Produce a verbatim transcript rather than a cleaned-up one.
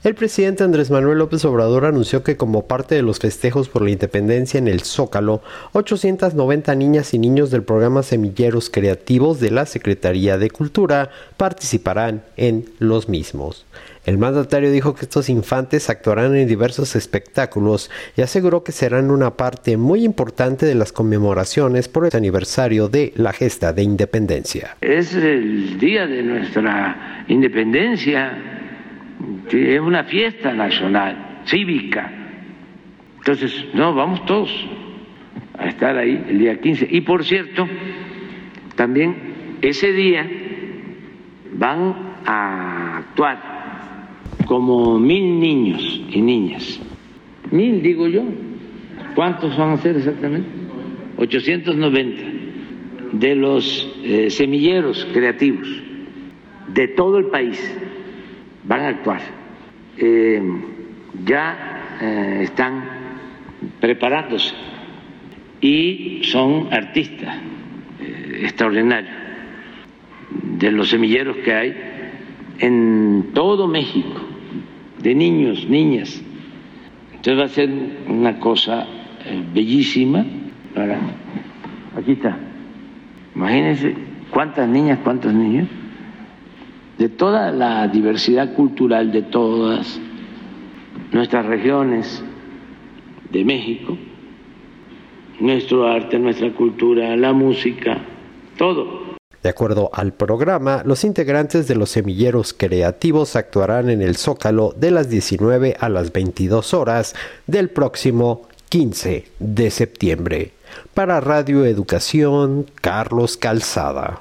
El presidente Andrés Manuel López Obrador anunció que como parte de los festejos por la independencia en el Zócalo, ochocientas noventa niñas y niños del programa Semilleros Creativos de la Secretaría de Cultura participarán en los mismos. El mandatario dijo que estos infantes actuarán en diversos espectáculos y aseguró que serán una parte muy importante de las conmemoraciones por el aniversario de la gesta de independencia. Es el día de nuestra independencia. Es una fiesta nacional, cívica. Entonces, no, vamos todos a estar ahí el día quince. Y por cierto, también ese día van a actuar como mil niños y niñas. Mil, digo yo. ¿Cuántos van a ser exactamente? ochocientos noventa de los eh, semilleros creativos de todo el país. Van a actuar. Eh, ya eh, están preparándose y son artistas eh, extraordinarios de los semilleros que hay en todo México, de niños, niñas. Entonces va a ser una cosa eh, bellísima. Ahora, aquí está. Imagínense cuántas niñas, cuántos niños. De toda la diversidad cultural de todas nuestras regiones de México, nuestro arte, nuestra cultura, la música, todo. De acuerdo al programa, los integrantes de los semilleros creativos actuarán en el Zócalo de las diecinueve a las veintidós horas del próximo quince de septiembre. Para Radio Educación, Carlos Calzada.